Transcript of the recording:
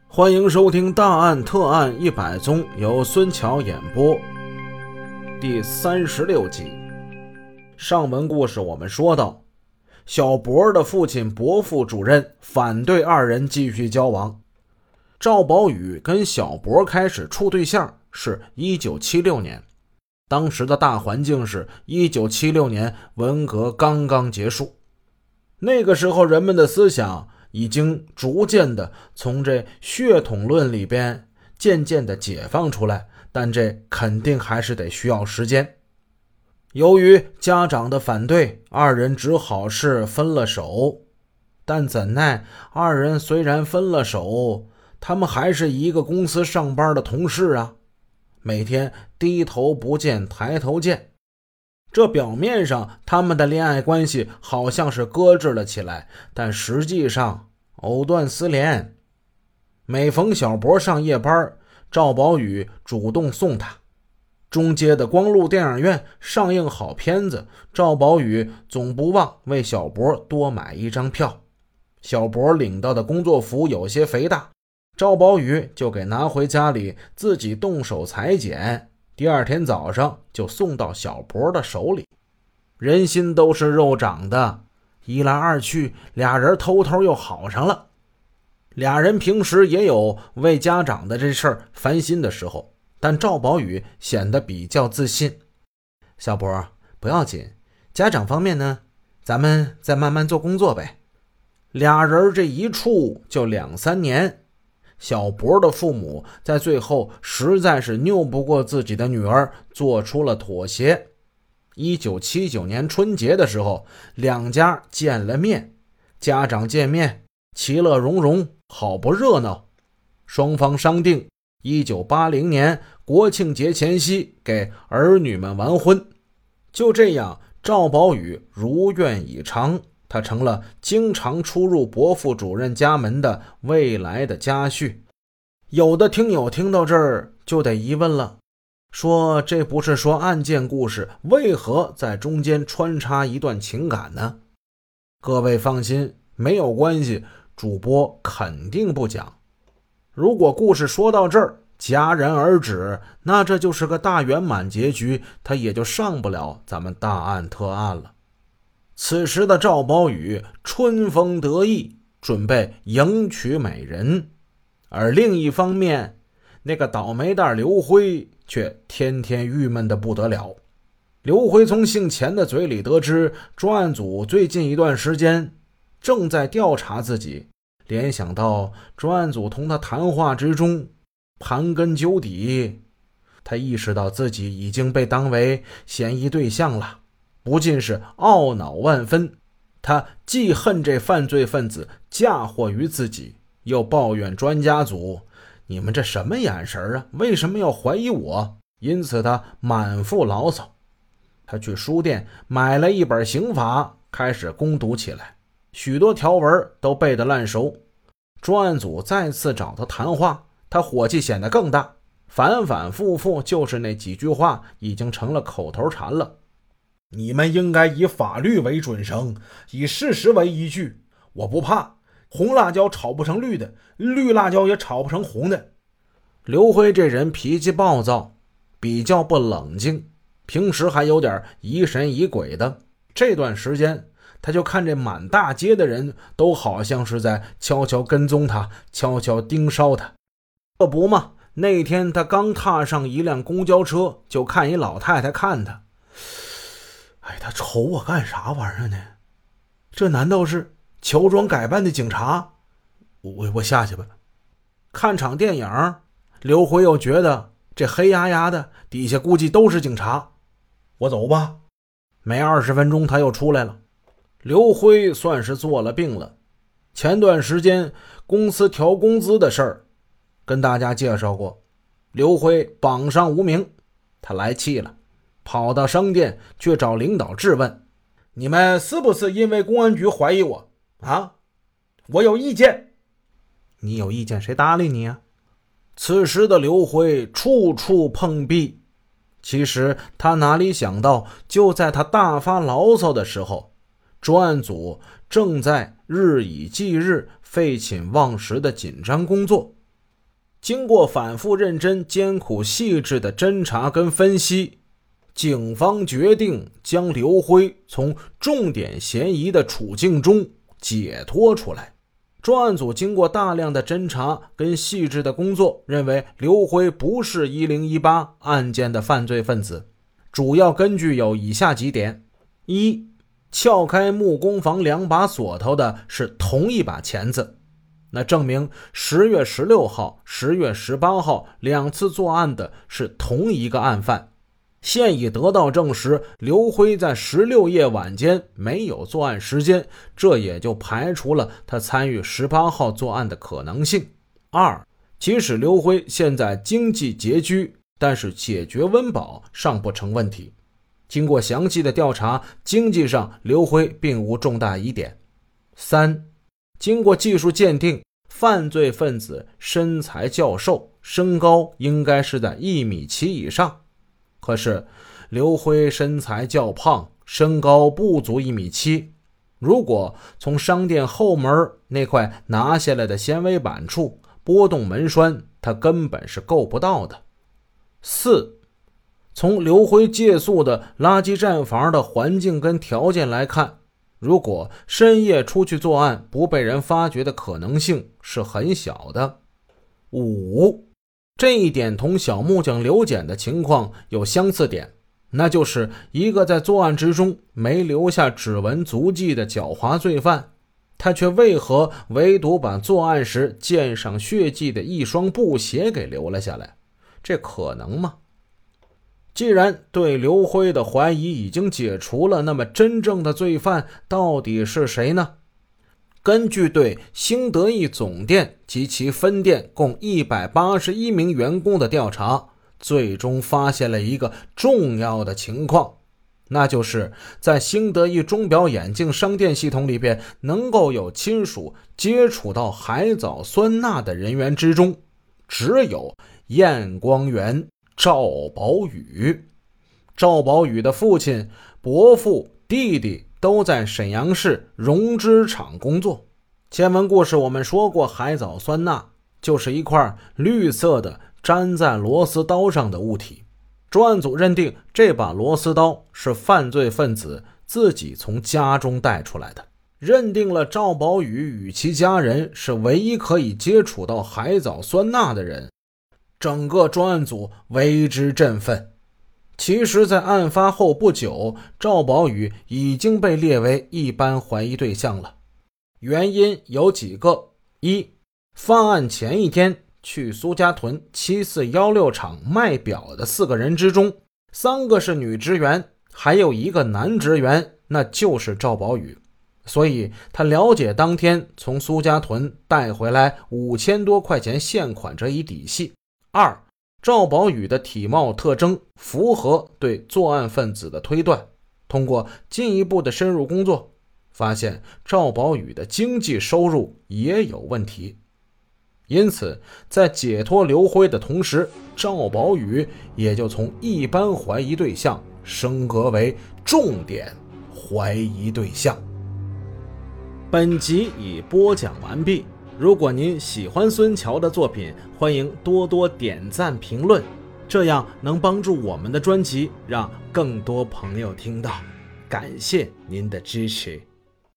欢迎收听大案特案100宗，由孙桥演播。第36集。上文故事我们说到，小博的父亲伯父主任反对二人继续交往。赵宝宇跟小博开始处对象是1976年，当时的大环境是1976年文革刚刚结束，那个时候人们的思想已经逐渐的从这血统论里边渐渐的解放出来，但这肯定还是得需要时间。由于家长的反对，二人只好是分了手。但怎奈二人虽然分了手，他们还是一个公司上班的同事啊，每天低头不见抬头见。这表面上他们的恋爱关系好像是搁置了起来，但实际上藕断丝连。每逢小博上夜班，赵宝宇主动送他。中街的光路电影院上映好片子，赵宝宇总不忘为小博多买一张票。小博领到的工作服有些肥大，赵宝宇就给拿回家里自己动手裁剪，第二天早上就送到小博的手里。人心都是肉长的，一来二去，俩人偷偷又好上了。俩人平时也有为家长的这事儿烦心的时候，但赵宝宇显得比较自信。小博，不要紧，家长方面呢，咱们再慢慢做工作呗。俩人这一处就2-3年，小博的父母在最后实在是拗不过自己的女儿，做出了妥协。1979年春节的时候，两家见了面，家长见面其乐融融，好不热闹。双方商定1980年国庆节前夕给儿女们完婚。就这样，赵宝宇如愿以偿，他成了经常出入伯父主任家门的未来的家婿。有的听友听到这儿就得疑问了，说这不是说案件故事，为何在中间穿插一段情感呢？各位放心，没有关系，主播肯定不讲。如果故事说到这儿戛然而止，那这就是个大圆满结局，他也就上不了咱们大案特案了。此时的赵宝宇春风得意，准备迎娶美人，而另一方面，那个倒霉蛋刘辉却天天郁闷得不得了。刘辉从姓钱的嘴里得知，专案组最近一段时间正在调查自己，联想到专案组同他谈话之中盘根究底，他意识到自己已经被当为嫌疑对象了，不禁是懊恼万分。他既恨这犯罪分子嫁祸于自己，又抱怨专家组，你们这什么眼神啊？为什么要怀疑我？因此他满腹牢骚。他去书店买了一本刑法，开始攻读起来，许多条文都背得烂熟。专案组再次找他谈话，他火气显得更大，反反复复就是那几句话，已经成了口头禅了。你们应该以法律为准绳，以事实为依据。我不怕，红辣椒炒不成绿的，绿辣椒也炒不成红的。刘辉这人脾气暴躁，比较不冷静，平时还有点疑神疑鬼的。这段时间他就看这满大街的人都好像是在悄悄跟踪他，悄悄盯梢他。这不嘛，那天他刚踏上一辆公交车，就看一老太太看他。他瞅我干啥玩意儿呢？这难道是乔装改扮的警察？我下去吧。看场电影，刘辉又觉得这黑压压的底下估计都是警察，我走吧。没20分钟他又出来了。刘辉算是做了病了。前段时间公司调工资的事儿跟大家介绍过，刘辉榜上无名，他来气了，跑到商店去找领导质问，你们是不是因为公安局怀疑我啊？我有意见。你有意见谁搭理你啊？此时的刘辉处处碰壁。其实他哪里想到，就在他大发牢骚的时候，专案组正在日以继日废寝忘食的紧张工作。 经过反复认真、艰苦细致的侦查跟分析，警方决定将刘辉从重点嫌疑的处境中解脱出来。专案组经过大量的侦查跟细致的工作，认为刘辉不是1018案件的犯罪分子，主要根据有以下几点：一、撬开木工房2把锁头的是同一把钳子，那证明10月16号、10月18号2次作案的是同一个案犯。现已得到证实，刘辉在16夜晚间没有作案时间，这也就排除了他参与18号作案的可能性。二、即使刘辉现在经济拮据，但是解决温饱尚不成问题。经过详细的调查，经济上刘辉并无重大疑点。三、经过技术鉴定，犯罪分子身材较瘦，身高应该是在1.7米以上。可是刘辉身材较胖，身高不足1.7米，如果从商店后门那块拿下来的纤维板处拨动门栓，他根本是够不到的。四、从刘辉借宿的垃圾站房的环境跟条件来看，如果深夜出去作案不被人发觉的可能性是很小的。五、这一点同小木匠刘简的情况有相似点，那就是一个在作案之中没留下指纹足迹的狡猾罪犯，他却为何唯独把作案时溅上血迹的一双布鞋给留了下来？这可能吗？既然对刘辉的怀疑已经解除了，那么真正的罪犯到底是谁呢？根据对兴德益总店及其分店共181名员工的调查，最终发现了一个重要的情况，那就是在兴德益钟表眼镜商店系统里边，能够有亲属接触到海藻酸钠的人员之中，只有验光员赵宝宇。赵宝宇的父亲、伯父、弟弟都在沈阳市溶脂厂工作。前文故事我们说过，海藻酸钠就是一块绿色的粘在螺丝刀上的物体。专案组认定这把螺丝刀是犯罪分子自己从家中带出来的，认定了赵宝宇与其家人是唯一可以接触到海藻酸钠的人，整个专案组为之振奋。其实在案发后不久，赵宝宇已经被列为一般怀疑对象了。原因有几个：一、犯案前一天去苏家屯7416厂卖表的4个人之中，3个是女职员，还有1个男职员，那就是赵宝宇。所以他了解当天从苏家屯带回来5000多块钱现款这一底细。二、赵宝宇的体貌特征符合对作案分子的推断，通过进一步的深入工作，发现赵宝宇的经济收入也有问题。因此在解脱刘辉的同时，赵宝宇也就从一般怀疑对象升格为重点怀疑对象。本集已播讲完毕，如果您喜欢孙桥的作品，欢迎多多点赞评论，这样能帮助我们的专辑让更多朋友听到。感谢您的支持。